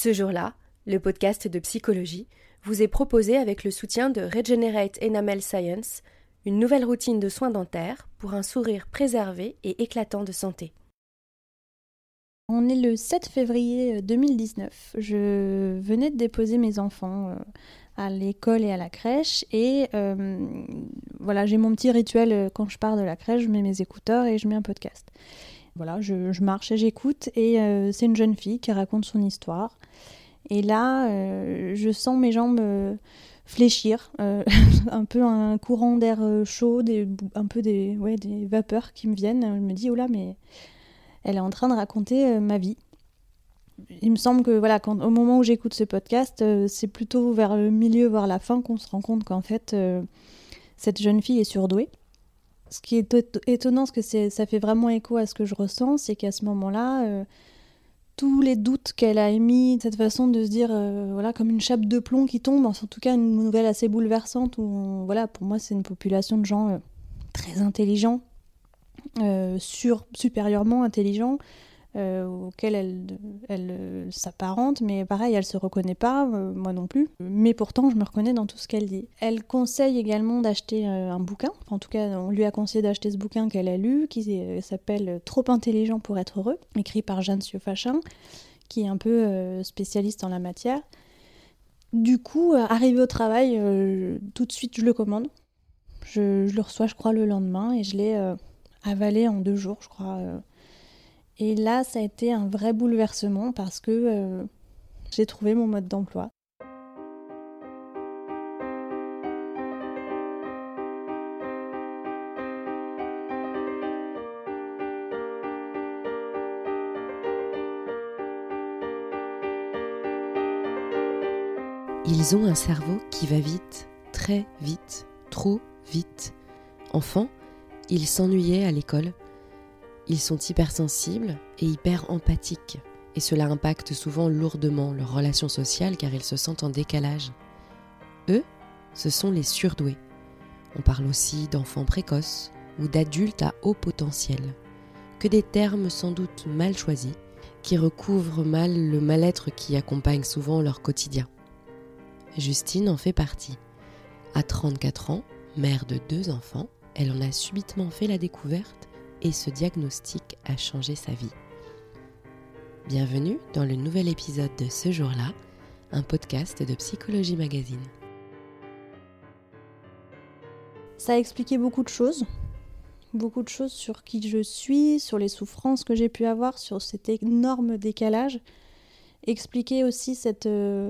Ce jour-là, le podcast de psychologie vous est proposé avec le soutien de Regenerate Enamel Science, une nouvelle routine de soins dentaires pour un sourire préservé et éclatant de santé. On est le 7 février 2019. Je venais de déposer mes enfants à l'école et à la crèche et voilà, j'ai mon petit rituel quand je pars de la crèche, je mets mes écouteurs et je mets un podcast. Voilà, je marche et j'écoute et c'est une jeune fille qui raconte son histoire. Et là, je sens mes jambes fléchir, un peu un courant d'air chaud, un peu des vapeurs qui me viennent. Je me dis, oh là, mais elle est en train de raconter ma vie. Il me semble que voilà, au moment où j'écoute ce podcast, c'est plutôt vers le milieu, voire la fin, qu'on se rend compte qu'en fait, cette jeune fille est surdouée. Ce qui est étonnant, parce que ça fait vraiment écho à ce que je ressens, c'est qu'à ce moment-là, tous les doutes qu'elle a émis, cette façon de se dire, voilà, comme une chape de plomb qui tombe, en tout cas une nouvelle assez bouleversante, où voilà, pour moi c'est une population de gens très intelligents, supérieurement intelligents, auxquels elle s'apparente, mais pareil, elle se reconnaît pas, moi non plus. Mais pourtant, je me reconnais dans tout ce qu'elle dit. Elle conseille également d'acheter un bouquin, en tout cas, on lui a conseillé d'acheter ce bouquin qu'elle a lu, qui s'appelle « Trop intelligent pour être heureux », écrit par Jeanne Siofachin, qui est un peu spécialiste en la matière. Du coup, arrivé au travail, tout de suite, je le commande. Je le reçois, je crois, le lendemain, et je l'ai avalé en 2 jours, je crois. Et là, ça a été un vrai bouleversement parce que j'ai trouvé mon mode d'emploi. Ils ont un cerveau qui va vite, très vite, trop vite. Enfants, ils s'ennuyaient à l'école. Ils sont hypersensibles et hyper empathiques, et cela impacte souvent lourdement leurs relations sociales car ils se sentent en décalage. Eux, ce sont les surdoués. On parle aussi d'enfants précoces ou d'adultes à haut potentiel, que des termes sans doute mal choisis, qui recouvrent mal le mal-être qui accompagne souvent leur quotidien. Justine en fait partie. À 34 ans, mère de 2 enfants, elle en a subitement fait la découverte et ce diagnostic a changé sa vie. Bienvenue dans le nouvel épisode de Ce jour-là, un podcast de Psychologie Magazine. Ça a expliqué beaucoup de choses sur qui je suis, sur les souffrances que j'ai pu avoir, sur cet énorme décalage. Expliquer aussi cette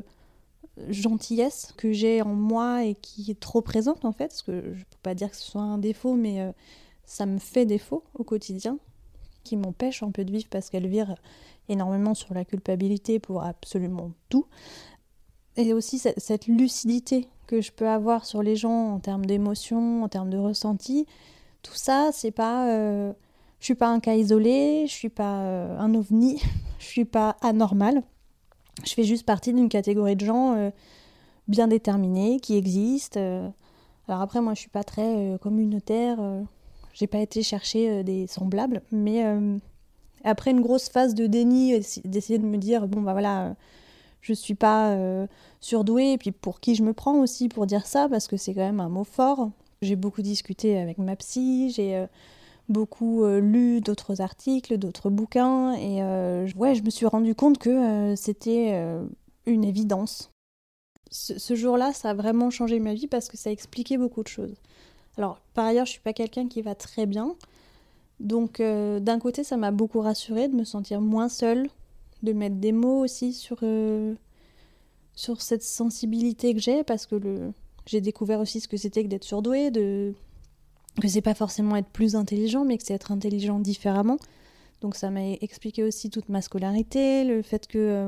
gentillesse que j'ai en moi et qui est trop présente en fait, parce que je ne peux pas dire que ce soit un défaut, mais ça me fait défaut au quotidien, qui m'empêche un peu de vivre parce qu'elle vire énormément sur la culpabilité pour absolument tout. Et aussi cette lucidité que je peux avoir sur les gens en termes d'émotions, en termes de ressenti, tout ça, c'est pas... je suis pas un cas isolé, je suis pas un ovni, je suis pas anormale. Je fais juste partie d'une catégorie de gens bien déterminés, qui existent. Alors après, moi, je suis pas très communautaire, j'ai pas été chercher des semblables, mais après une grosse phase de déni, d'essayer de me dire, bon bah voilà, je suis pas surdouée, et puis pour qui je me prends aussi pour dire ça, parce que c'est quand même un mot fort. J'ai beaucoup discuté avec ma psy, j'ai beaucoup lu d'autres articles, d'autres bouquins, et je me suis rendu compte que c'était une évidence. Ce jour-là, ça a vraiment changé ma vie parce que ça a expliqué beaucoup de choses. Alors, par ailleurs, je suis pas quelqu'un qui va très bien, donc d'un côté, ça m'a beaucoup rassurée de me sentir moins seule, de mettre des mots aussi sur cette sensibilité que j'ai, parce que j'ai découvert aussi ce que c'était que d'être surdouée, que c'est pas forcément être plus intelligent, mais que c'est être intelligent différemment. Donc ça m'a expliqué aussi toute ma scolarité, le fait que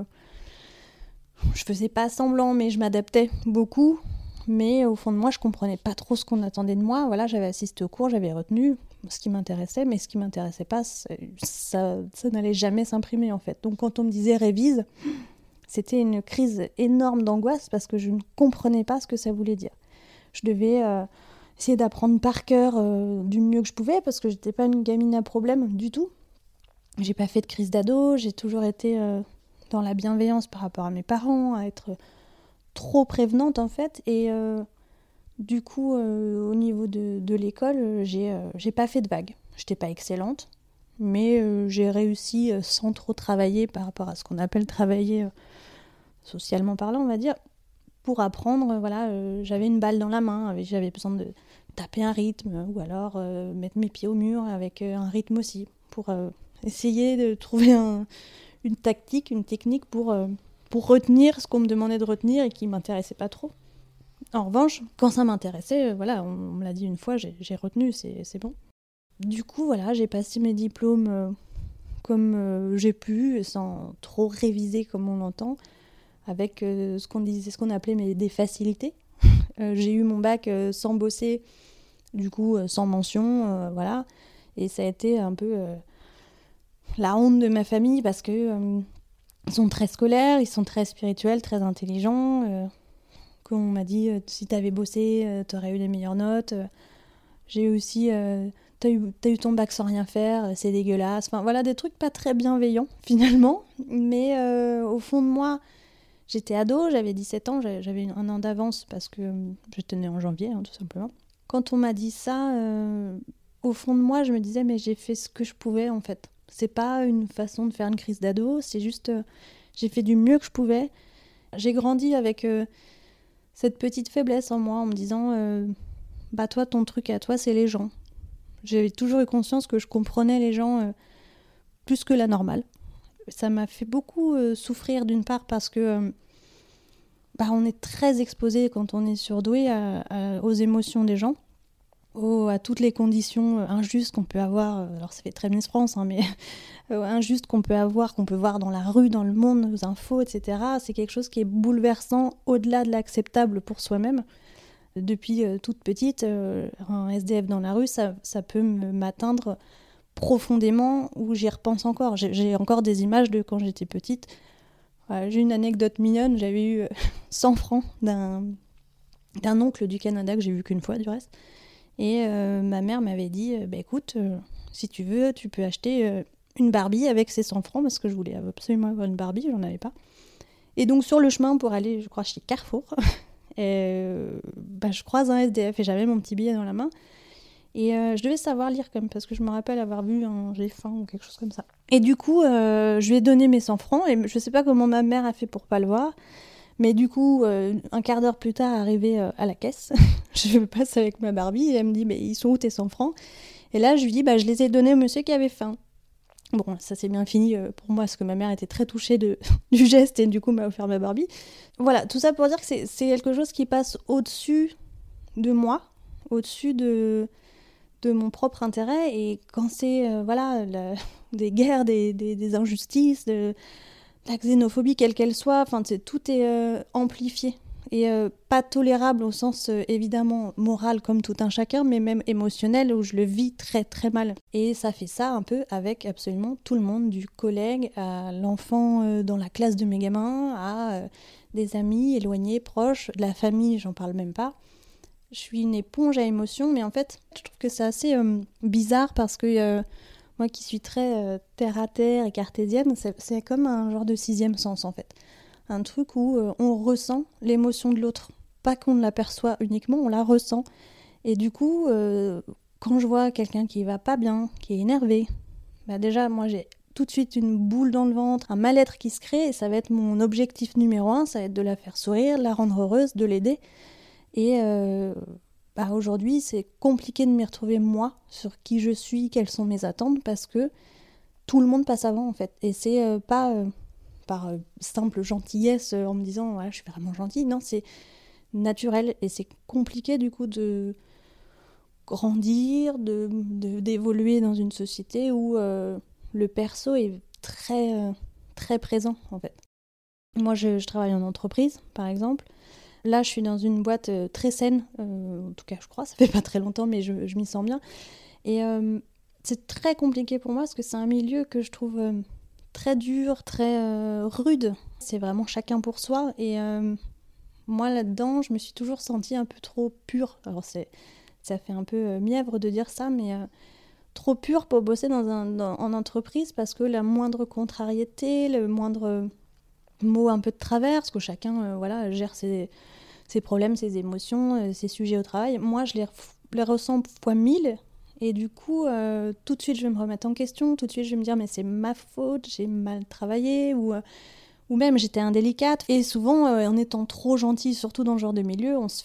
je faisais pas semblant, mais je m'adaptais beaucoup. Mais au fond de moi, je comprenais pas trop ce qu'on attendait de moi. Voilà, j'avais assisté au cours, j'avais retenu ce qui m'intéressait, mais ce qui m'intéressait pas, ça n'allait jamais s'imprimer en fait. Donc quand on me disait révise, c'était une crise énorme d'angoisse parce que je ne comprenais pas ce que ça voulait dire. Je devais essayer d'apprendre par cœur du mieux que je pouvais parce que j'étais pas une gamine à problème du tout. J'ai pas fait de crise d'ado, j'ai toujours été dans la bienveillance par rapport à mes parents, à être trop prévenante en fait. Et du coup, au niveau de l'école, j'ai pas fait de vagues. J'étais pas excellente, mais j'ai réussi sans trop travailler par rapport à ce qu'on appelle travailler socialement parlant, on va dire, pour apprendre. J'avais une balle dans la main, j'avais besoin de taper un rythme ou alors mettre mes pieds au mur avec un rythme aussi, pour essayer de trouver une tactique, une technique pour retenir ce qu'on me demandait de retenir et qui m'intéressait pas trop. En revanche, quand ça m'intéressait, on me l'a dit une fois, j'ai retenu, c'est bon. Du coup, j'ai passé mes diplômes comme j'ai pu, sans trop réviser comme on l'entend, avec ce qu'on appelait des facilités. J'ai eu mon bac sans bosser, du coup sans mention, et ça a été un peu la honte de ma famille parce que ils sont très scolaires, ils sont très spirituels, très intelligents. Qu'on m'a dit si t'avais bossé, t'aurais eu les meilleures notes. J'ai aussi t'as eu ton bac sans rien faire, c'est dégueulasse. Enfin des trucs pas très bienveillants finalement, mais au fond de moi, j'étais ado, j'avais 17 ans, j'avais un an d'avance parce que j'étais née en janvier, tout simplement. Quand on m'a dit ça, au fond de moi, je me disais mais j'ai fait ce que je pouvais en fait. C'est pas une façon de faire une crise d'ado, c'est juste j'ai fait du mieux que je pouvais. J'ai grandi avec cette petite faiblesse en moi en me disant toi, ton truc à toi, c'est les gens. J'avais toujours eu conscience que je comprenais les gens plus que la normale. Ça m'a fait beaucoup souffrir d'une part parce que on est très exposé quand on est surdoué aux émotions des gens, à toutes les conditions injustes qu'on peut avoir. Alors ça fait très Miss France, mais injustes qu'on peut avoir, qu'on peut voir dans la rue, dans le monde, aux infos, etc. C'est quelque chose qui est bouleversant au-delà de l'acceptable pour soi-même. Depuis toute petite, un SDF dans la rue, ça peut m'atteindre profondément, où j'y repense encore. J'ai encore des images de quand j'étais petite. J'ai une anecdote mignonne, j'avais eu 100 francs d'un oncle du Canada que j'ai vu qu'une fois du reste. Et ma mère m'avait dit, écoute, si tu veux, tu peux acheter une Barbie avec ces 100 francs, parce que je voulais absolument avoir une Barbie, j'en avais pas. Et donc sur le chemin pour aller, je crois, chez Carrefour, je croise un SDF et j'avais mon petit billet dans la main. Et je devais savoir lire quand même, parce que je me rappelle avoir vu un j'ai faim ou quelque chose comme ça. Et du coup, je lui ai donné mes 100 francs, et je sais pas comment ma mère a fait pour pas le voir, mais du coup, un quart d'heure plus tard, arrivé à la caisse, je passe avec ma Barbie, et elle me dit, mais ils sont où tes 100 francs ? Et là, je lui dis, je les ai donnés au monsieur qui avait faim. Bon, ça s'est bien fini pour moi, parce que ma mère était très touchée du geste, et du coup m'a offert ma Barbie. Voilà, tout ça pour dire que c'est quelque chose qui passe au-dessus de moi, au-dessus de mon propre intérêt, et quand c'est des guerres, des injustices, de la xénophobie quelle qu'elle soit, tout est amplifié et pas tolérable au sens évidemment moral comme tout un chacun, mais même émotionnel, où je le vis très très mal. Et ça fait ça un peu avec absolument tout le monde, du collègue à l'enfant dans la classe de mes gamins, à des amis éloignés, proches, de la famille, j'en parle même pas. Je suis une éponge à émotions, mais en fait, je trouve que c'est assez bizarre parce que moi qui suis très terre-à-terre et cartésienne, c'est comme un genre de 6e sens en fait. Un truc où on ressent l'émotion de l'autre. Pas qu'on l'aperçoit uniquement, on la ressent. Et du coup, quand je vois quelqu'un qui va pas bien, qui est énervé, déjà, moi j'ai tout de suite une boule dans le ventre, un mal-être qui se crée, et ça va être mon objectif numéro 1, ça va être de la faire sourire, de la rendre heureuse, de l'aider. Et aujourd'hui, c'est compliqué de m'y retrouver moi, sur qui je suis, quelles sont mes attentes, parce que tout le monde passe avant en fait. Et c'est pas par simple gentillesse en me disant voilà, je suis vraiment gentille. Non, c'est naturel et c'est compliqué du coup de grandir, d'évoluer dans une société où le perso est très, très présent en fait. Moi, je travaille en entreprise, par exemple. Là, je suis dans une boîte très saine, en tout cas, je crois, ça fait pas très longtemps, mais je m'y sens bien. Et c'est très compliqué pour moi, parce que c'est un milieu que je trouve très dur, très rude. C'est vraiment chacun pour soi. Et moi, là-dedans, je me suis toujours sentie un peu trop pure. Alors, ça fait un peu mièvre de dire ça, mais trop pure pour bosser en entreprise, parce que la moindre contrariété, le moindre mots un peu de travers, parce que chacun gère ses problèmes, ses émotions, ses sujets au travail. Moi, je les ressens fois 1000. Et du coup, tout de suite, je vais me remettre en question. Tout de suite, je vais me dire, mais c'est ma faute, j'ai mal travaillé, ou même j'étais indélicate. Et souvent, en étant trop gentille, surtout dans ce genre de milieu, on se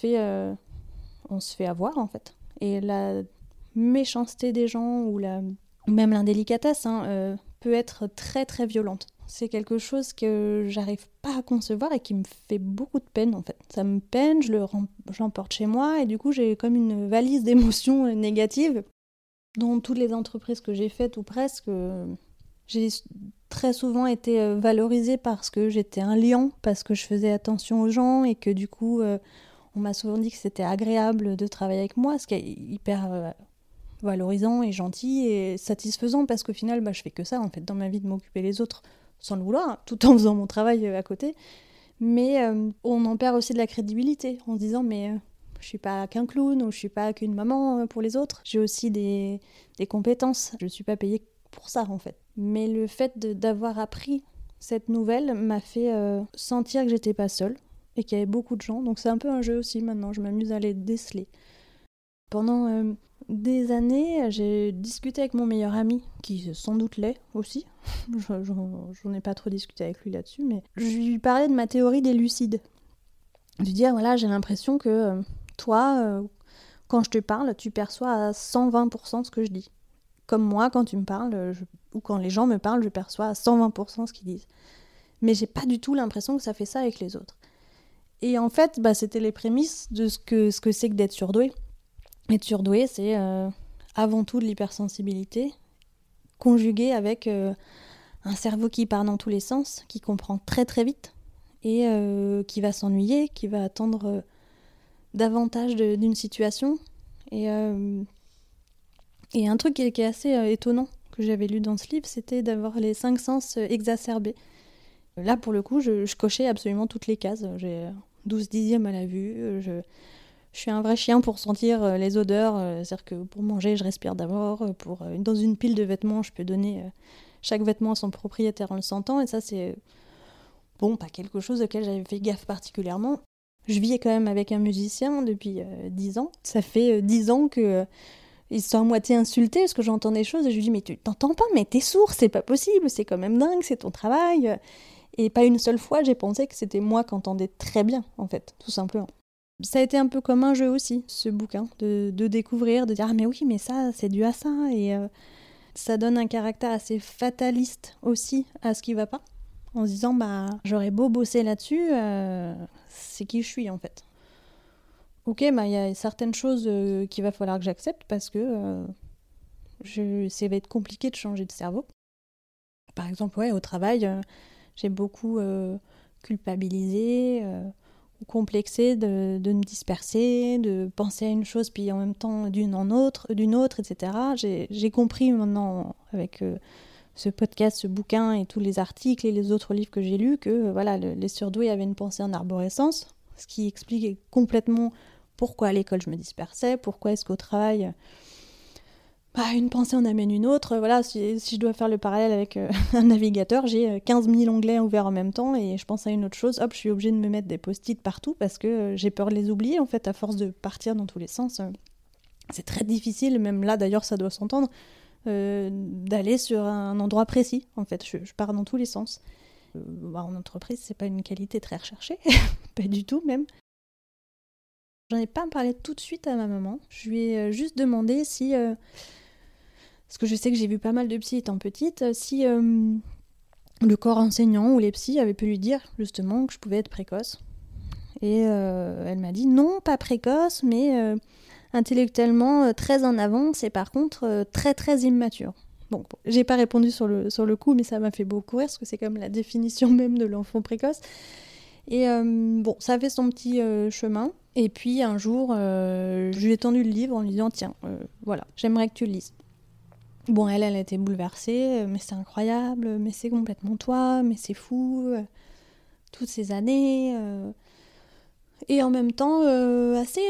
fait avoir, en fait. Et la méchanceté des gens, ou même l'indélicatesse, peut être très, très violente. C'est quelque chose que j'arrive pas à concevoir et qui me fait beaucoup de peine, en fait. Ça me peine, j'emporte chez moi, et du coup, j'ai comme une valise d'émotions négatives. Dans toutes les entreprises que j'ai faites, ou presque, j'ai très souvent été valorisée parce que j'étais un lion, parce que je faisais attention aux gens, et que du coup, on m'a souvent dit que c'était agréable de travailler avec moi, ce qui est hyper valorisant et gentil et satisfaisant, parce qu'au final, je fais que ça, en fait, dans ma vie, de m'occuper des autres, sans le vouloir, tout en faisant mon travail à côté. Mais on en perd aussi de la crédibilité, en se disant, mais je suis pas qu'un clown, ou je suis pas qu'une maman pour les autres. J'ai aussi des compétences. Je suis pas payée pour ça, en fait. Mais le fait d'avoir appris cette nouvelle m'a fait sentir que j'étais pas seule et qu'il y avait beaucoup de gens. Donc c'est un peu un jeu aussi maintenant. Je m'amuse à les déceler. Pendant des années, j'ai discuté avec mon meilleur ami, qui sans doute l'est aussi. J'en ai pas trop discuté avec lui là-dessus, mais je lui parlais de ma théorie des lucides. Je lui disais, voilà, j'ai l'impression que toi, quand je te parle, tu perçois à 120% ce que je dis. Comme moi, quand tu me parles, ou quand les gens me parlent, je perçois à 120% ce qu'ils disent. Mais j'ai pas du tout l'impression que ça fait ça avec les autres. Et en fait, c'était les prémices de ce que c'est que d'être surdoué. Être surdoué, c'est avant tout de l'hypersensibilité, conjuguée avec un cerveau qui part dans tous les sens, qui comprend très très vite, et qui va s'ennuyer, qui va attendre davantage d'une situation. Et un truc qui est assez étonnant que j'avais lu dans ce livre, c'était d'avoir les 5 sens exacerbés. Là, pour le coup, je cochais absolument toutes les cases. J'ai 12 dixièmes à la vue, je suis un vrai chien pour sentir les odeurs, c'est-à-dire que pour manger, je respire d'abord, dans une pile de vêtements, je peux donner chaque vêtement à son propriétaire en le sentant, et ça, c'est pas quelque chose auquel j'avais fait gaffe particulièrement. Je vis quand même avec un musicien depuis 10 ans. Ça fait 10 ans que ils sont à moitié insultés parce que j'entends des choses et je lui dis, mais tu t'entends pas, mais t'es sourd, c'est pas possible, c'est quand même dingue, c'est ton travail. Et pas une seule fois, j'ai pensé que c'était moi qui entendais très bien, en fait, tout simplement. Ça a été un peu comme un jeu aussi, ce bouquin, de découvrir, de dire « Ah mais oui, mais ça, c'est dû à ça ». Et ça donne un caractère assez fataliste aussi à ce qui va pas, en se disant « J'aurais beau bosser là-dessus, c'est qui je suis en fait ». Ok, il y a certaines choses qu'il va falloir que j'accepte parce que ça va être compliqué de changer de cerveau. Par exemple, au travail, j'ai beaucoup culpabilisé, complexé de me disperser, de penser à une chose puis en même temps d'une autre, etc. J'ai compris maintenant avec ce podcast, ce bouquin et tous les articles et les autres livres que j'ai lus que les surdoués avaient une pensée en arborescence, ce qui explique complètement pourquoi à l'école je me dispersais, pourquoi est-ce qu'au travail une pensée en amène une autre. Si je dois faire le parallèle avec un navigateur, j'ai 15 000 onglets ouverts en même temps et je pense à une autre chose, je suis obligée de me mettre des post-it partout parce que j'ai peur de les oublier en fait à force de partir dans tous les sens. C'est très difficile, même là d'ailleurs ça doit s'entendre, d'aller sur un endroit précis en fait. Je pars dans tous les sens. En entreprise, c'est pas une qualité très recherchée, pas du tout même. J'en ai pas parlé tout de suite à ma maman. Je lui ai juste demandé si... parce que je sais que j'ai vu pas mal de psy étant petite, si le corps enseignant ou les psys avaient pu lui dire justement que je pouvais être précoce. Et elle m'a dit non, pas précoce, mais intellectuellement très en avance et par contre très très immature. Bon, j'ai pas répondu sur le coup, mais ça m'a fait beaucoup rire parce que c'est comme la définition même de l'enfant précoce. Et ça fait son petit chemin. Et puis un jour, je lui ai tendu le livre en lui disant tiens, voilà, j'aimerais que tu le lises. Bon, elle a été bouleversée, mais c'est incroyable, mais c'est complètement toi, mais c'est fou, toutes ces années. Et en même temps, assez,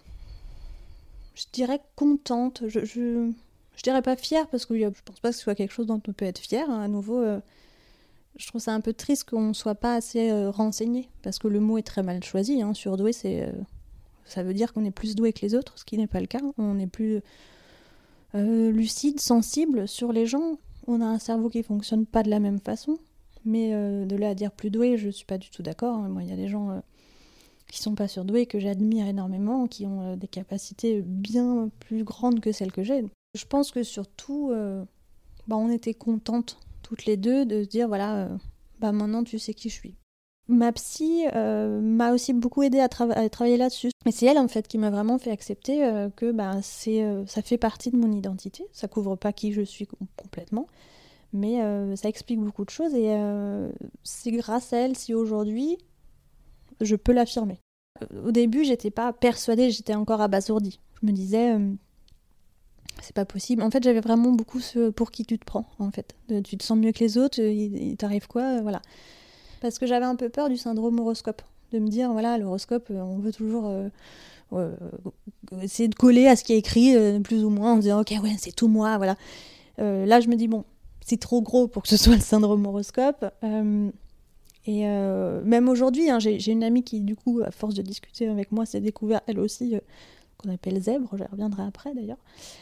je dirais, contente. Je dirais pas fière, parce que je pense pas que ce soit quelque chose dont on peut être fier. À nouveau, Je trouve ça un peu triste qu'on ne soit pas assez renseigné, parce que le mot est très mal choisi. Surdoué, ça veut dire qu'on est plus doué que les autres, ce qui n'est pas le cas. On est plus lucide, sensible sur les gens. On a un cerveau qui ne fonctionne pas de la même façon. Mais de là à dire plus doué, je ne suis pas du tout d'accord. Moi, il y a des gens qui ne sont pas surdoués, que j'admire énormément, qui ont des capacités bien plus grandes que celles que j'ai. Je pense que surtout, on était contentes toutes les deux de se dire, voilà, maintenant tu sais qui je suis. Ma psy m'a aussi beaucoup aidée à travailler là-dessus. Et c'est elle, en fait, qui m'a vraiment fait accepter que ça fait partie de mon identité. Ça couvre pas qui je suis complètement, mais ça explique beaucoup de choses. Et c'est grâce à elle si aujourd'hui, je peux l'affirmer. Au début, j'étais pas persuadée, j'étais encore abasourdie. Je me disais, c'est pas possible. En fait, j'avais vraiment beaucoup ce pour qui tu te prends, en fait. Tu te sens mieux que les autres, il t'arrive quoi, voilà. Parce que j'avais un peu peur du syndrome horoscope. De me dire, voilà, l'horoscope, on veut toujours essayer de coller à ce qui est écrit, plus ou moins, en disant, ok, ouais, c'est tout moi, voilà. Là, je me dis, bon, c'est trop gros pour que ce soit le syndrome horoscope. Et même aujourd'hui, j'ai une amie qui, du coup, à force de discuter avec moi, s'est découvert, elle aussi, qu'on appelle zèbre, j'y reviendrai après d'ailleurs.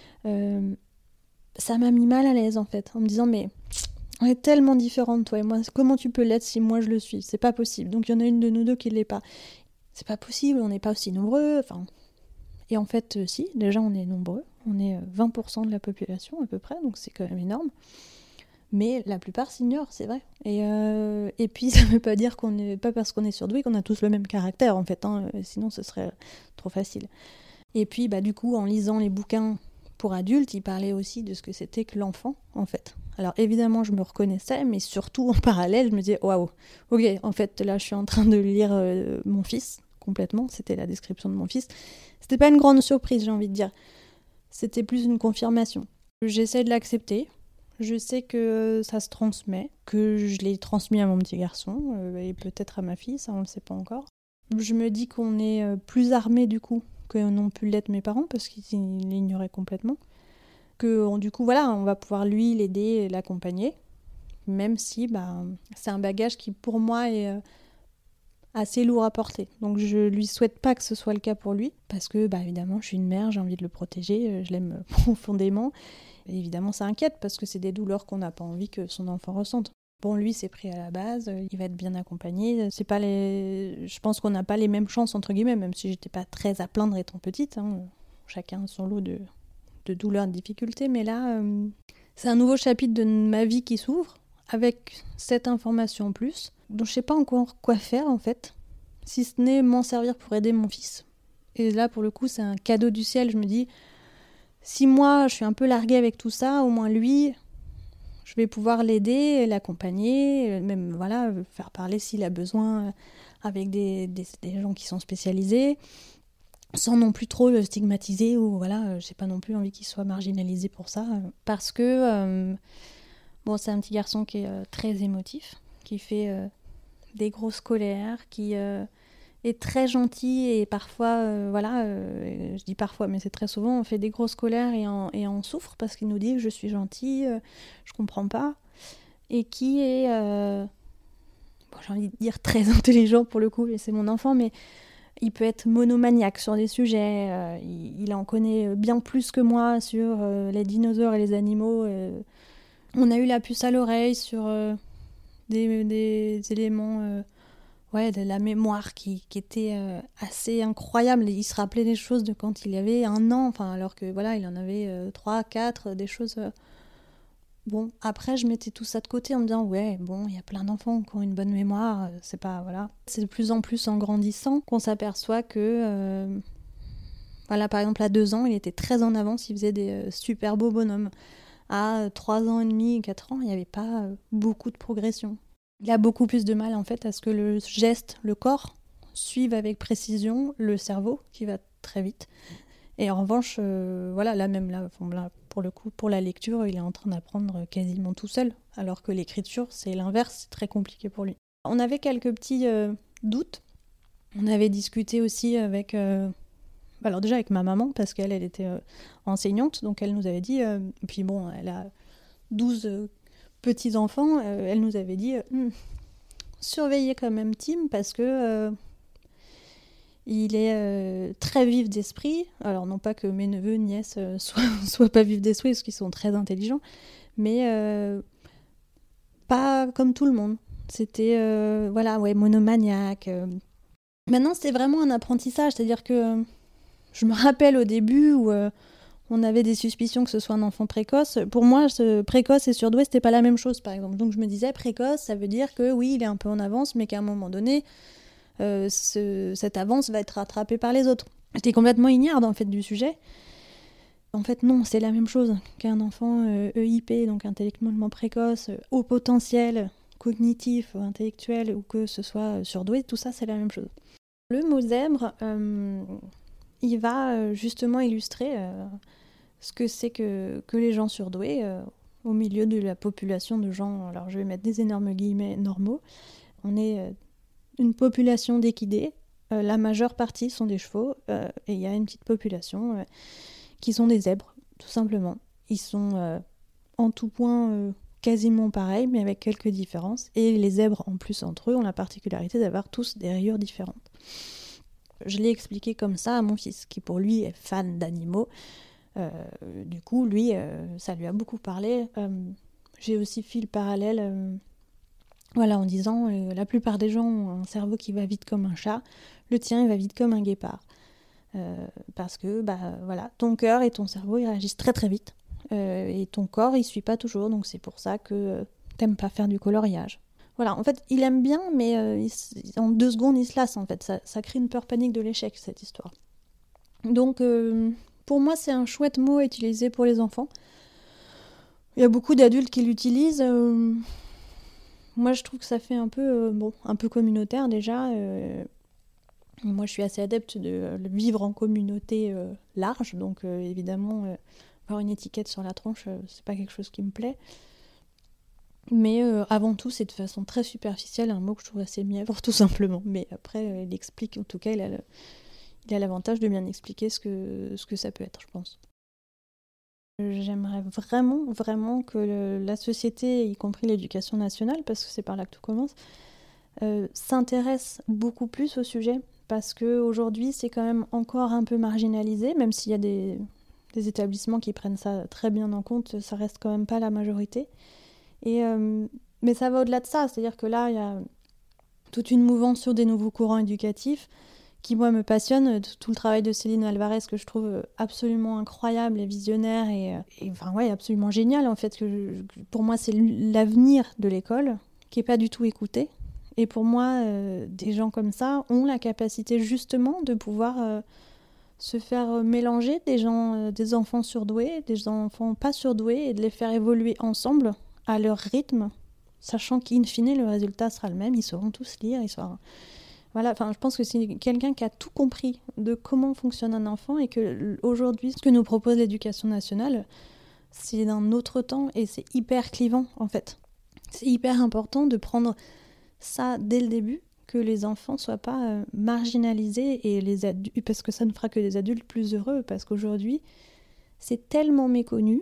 Ça m'a mis mal à l'aise, en fait, en me disant, mais on est tellement différentes, toi et moi, comment tu peux l'être si moi je le suis ? C'est pas possible. Donc il y en a une de nous deux qui l'est pas. C'est pas possible, on n'est pas aussi nombreux, enfin... Et en fait, si, déjà on est nombreux, on est 20% de la population à peu près, donc c'est quand même énorme. Mais la plupart s'ignorent, c'est vrai. Et puis ça veut pas dire qu'on n'est pas parce qu'on est surdoué qu'on a tous le même caractère, en fait, sinon ce serait trop facile. Et puis du coup, en lisant les bouquins pour adultes, il parlait aussi de ce que c'était que l'enfant, en fait. Alors évidemment, je me reconnaissais, mais surtout en parallèle, je me disais, waouh, ok, en fait, là, je suis en train de lire mon fils, complètement, c'était la description de mon fils. C'était pas une grande surprise, j'ai envie de dire. C'était plus une confirmation. J'essaie de l'accepter, je sais que ça se transmet, que je l'ai transmis à mon petit garçon, et peut-être à ma fille, ça on le sait pas encore. Je me dis qu'on est plus armés du coup que n'ont pu l'être mes parents, parce qu'ils l'ignoraient complètement. Que du coup, voilà, on va pouvoir lui l'aider et l'accompagner, même si c'est un bagage qui, pour moi, est assez lourd à porter. Donc je lui souhaite pas que ce soit le cas pour lui, parce que, évidemment, je suis une mère, j'ai envie de le protéger, je l'aime profondément. Et évidemment, ça inquiète, parce que c'est des douleurs qu'on n'a pas envie que son enfant ressente. Bon, lui, c'est pris à la base, il va être bien accompagné. C'est pas Je pense qu'on n'a pas les mêmes chances, entre guillemets, même si j'étais pas très à plaindre étant petite. Chacun son lot de douleurs, de difficultés. Mais là, c'est un nouveau chapitre de ma vie qui s'ouvre, avec cette information en plus, dont je sais pas encore quoi faire, en fait, si ce n'est m'en servir pour aider mon fils. Et là, pour le coup, c'est un cadeau du ciel. Je me dis, si moi, je suis un peu larguée avec tout ça, au moins lui... Je vais pouvoir l'aider, l'accompagner, même faire parler s'il a besoin avec des gens qui sont spécialisés, sans non plus trop le stigmatiser ou j'ai pas non plus envie qu'il soit marginalisé pour ça, parce que c'est un petit garçon qui est très émotif, qui fait des grosses colères, qui est très gentil et parfois, je dis parfois, mais c'est très souvent, on fait des grosses colères et on souffre parce qu'il nous dit « je suis gentil, je comprends pas ». Et qui est, j'ai envie de dire très intelligent pour le coup, et c'est mon enfant, mais il peut être monomaniaque sur des sujets, il en connaît bien plus que moi sur les dinosaures et les animaux. On a eu la puce à l'oreille sur des éléments... de la mémoire qui était assez incroyable. Il se rappelait des choses de quand il avait 1 an, alors que il en avait 3, 4, des choses... Bon, après, je mettais tout ça de côté en me disant, il y a plein d'enfants qui ont une bonne mémoire, c'est pas... C'est de plus en plus en grandissant qu'on s'aperçoit que... par exemple, à 2 ans, il était très en avance, il faisait des super beaux bonhommes. À 3 ans et demi, 4 ans, il n'y avait pas beaucoup de progression. Il a beaucoup plus de mal en fait à ce que le geste, le corps, suive avec précision le cerveau qui va très vite. Et en revanche, là, pour le coup, pour la lecture, il est en train d'apprendre quasiment tout seul, alors que l'écriture, c'est l'inverse, c'est très compliqué pour lui. On avait quelques petits doutes. On avait discuté aussi avec... alors déjà avec ma maman, parce qu'elle était enseignante, donc elle nous avait dit... puis bon, elle a 12 petits-enfants, elle nous avait dit surveillez quand même Tim parce que il est très vif d'esprit. Alors non pas que mes neveux, nièces soient pas vifs d'esprit parce qu'ils sont très intelligents, mais pas comme tout le monde. C'était monomaniaque. Maintenant, c'était vraiment un apprentissage, c'est-à-dire que je me rappelle au début où on avait des suspicions que ce soit un enfant précoce. Pour moi, précoce et surdoué, c'était pas la même chose, par exemple. Donc je me disais, précoce, ça veut dire que oui, il est un peu en avance, mais qu'à un moment donné, cette avance va être rattrapée par les autres. J'étais complètement ignare, en fait, du sujet. En fait, non, c'est la même chose qu'un enfant EIP, donc intellectuellement précoce, haut potentiel, cognitif, intellectuel, ou que ce soit surdoué, tout ça, c'est la même chose. Le mot zèbre, il va justement illustrer ce que c'est que les gens surdoués au milieu de la population de gens, alors je vais mettre des énormes guillemets, normaux. On est une population d'équidés, la majeure partie sont des chevaux, et il y a une petite population qui sont des zèbres, tout simplement. Ils sont en tout point quasiment pareils, mais avec quelques différences. Et les zèbres, en plus, entre eux, ont la particularité d'avoir tous des rayures différentes. Je l'ai expliqué comme ça à mon fils, qui pour lui est fan d'animaux. Du coup, lui, ça lui a beaucoup parlé. J'ai aussi fait le parallèle en disant la plupart des gens ont un cerveau qui va vite comme un chat, le tien, il va vite comme un guépard. Parce que ton cœur et ton cerveau ils réagissent très très vite et ton corps il suit pas toujours, donc c'est pour ça que t'aimes pas faire du coloriage. Voilà, en fait il aime bien mais en 2 secondes il se lasse en fait, ça crée une peur panique de l'échec cette histoire. Donc pour moi c'est un chouette mot à utiliser pour les enfants. Il y a beaucoup d'adultes qui l'utilisent. Moi je trouve que ça fait un peu communautaire déjà. Moi, je suis assez adepte de le vivre en communauté large, donc évidemment, avoir une étiquette sur la tronche, c'est pas quelque chose qui me plaît. Mais avant tout, c'est de façon très superficielle, un mot que je trouve assez mièvre, tout simplement. Mais après, il explique, en tout cas, il a l'avantage de bien expliquer ce que ça peut être, je pense. J'aimerais vraiment, vraiment que la société, y compris l'éducation nationale, parce que c'est par là que tout commence, s'intéresse beaucoup plus au sujet. Parce qu'aujourd'hui, c'est quand même encore un peu marginalisé, même s'il y a des établissements qui prennent ça très bien en compte, ça reste quand même pas la majorité. Mais ça va au-delà de ça, c'est-à-dire que là, il y a toute une mouvance sur des nouveaux courants éducatifs qui, moi, me passionnent. Tout le travail de Céline Alvarez, que je trouve absolument incroyable et visionnaire, et absolument génial, en fait. Pour moi, c'est l'avenir de l'école, qui n'est pas du tout écouté. Et pour moi, des gens comme ça ont la capacité justement de pouvoir se faire mélanger des enfants surdoués, des enfants pas surdoués, et de les faire évoluer ensemble à leur rythme, sachant qu'in fine, le résultat sera le même, ils sauront tous lire, je pense que c'est quelqu'un qui a tout compris de comment fonctionne un enfant et que aujourd'hui, ce que nous propose l'éducation nationale, c'est d'un autre temps et c'est hyper clivant en fait. C'est hyper important de prendre ça dès le début, que les enfants soient pas marginalisés et les adultes, parce que ça ne fera que des adultes plus heureux, parce qu'aujourd'hui c'est tellement méconnu,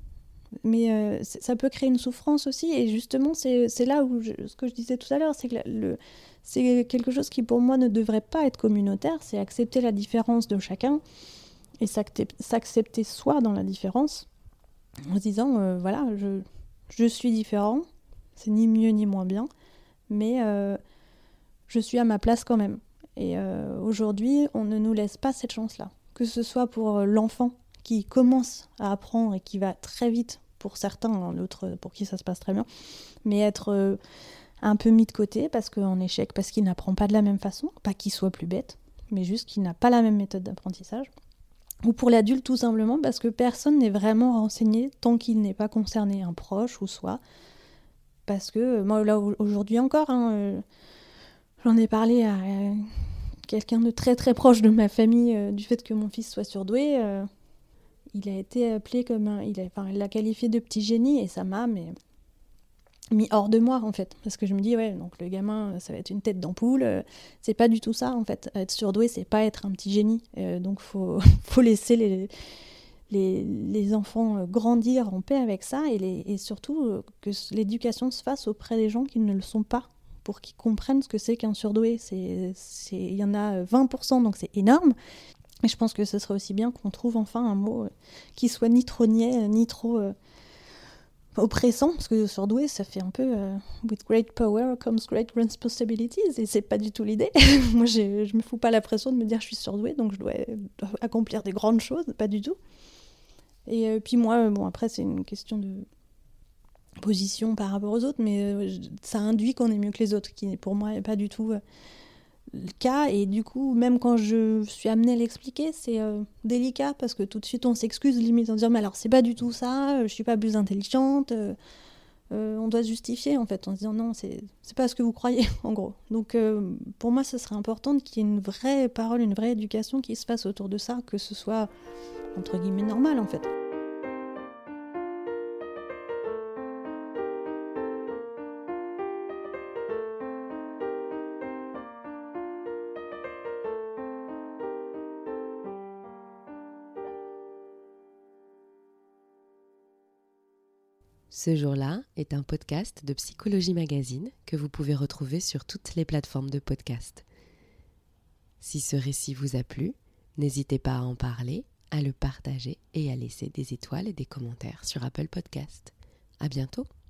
mais ça peut créer une souffrance aussi, et justement c'est là où ce que je disais tout à l'heure, c'est que c'est quelque chose qui pour moi ne devrait pas être communautaire, c'est accepter la différence de chacun et s'accepter soi dans la différence en se disant je suis différent, c'est ni mieux ni moins bien, mais je suis à ma place quand même. Et aujourd'hui, on ne nous laisse pas cette chance-là. Que ce soit pour l'enfant qui commence à apprendre et qui va très vite, pour certains, l'autre pour qui ça se passe très bien, mais être un peu mis de côté en échec, parce qu'il n'apprend pas de la même façon, pas qu'il soit plus bête, mais juste qu'il n'a pas la même méthode d'apprentissage. Ou pour l'adulte, tout simplement, parce que personne n'est vraiment renseigné tant qu'il n'est pas concerné, un proche ou soi. Parce que moi, là, aujourd'hui encore, j'en ai parlé à quelqu'un de très très proche de ma famille du fait que mon fils soit surdoué. Il a été appelé il l'a qualifié de petit génie et ça m'a mis hors de moi en fait. Parce que je me dis, donc le gamin, ça va être une tête d'ampoule. C'est pas du tout ça en fait. Être surdoué, c'est pas être un petit génie. Donc faut laisser les enfants grandir en paix avec ça et surtout que l'éducation se fasse auprès des gens qui ne le sont pas, pour qu'ils comprennent ce que c'est qu'un surdoué. Il y en a 20%, donc c'est énorme. Et je pense que ce serait aussi bien qu'on trouve enfin un mot qui soit ni trop niais, ni trop oppressant, parce que surdoué, ça fait un peu with great power comes great responsibilities, et c'est pas du tout l'idée. Moi, je me fous pas la pression de me dire je suis surdouée, donc je dois accomplir des grandes choses, pas du tout. Et puis moi, après, c'est une question de position par rapport aux autres, mais ça induit qu'on est mieux que les autres, qui pour moi n'est pas du tout le cas. Et du coup, même quand je suis amenée à l'expliquer, c'est délicat, parce que tout de suite on s'excuse limite en disant mais alors c'est pas du tout ça, je suis pas plus intelligente, on doit se justifier en fait en se disant non, c'est pas ce que vous croyez en gros. Donc pour moi ce serait important qu'il y ait une vraie parole, une vraie éducation qui se fasse autour de ça, que ce soit entre guillemets normal en fait. Ce jour-là est un podcast de Psychologie Magazine que vous pouvez retrouver sur toutes les plateformes de podcast. Si ce récit vous a plu, n'hésitez pas à en parler, à le partager et à laisser des étoiles et des commentaires sur Apple Podcast. À bientôt!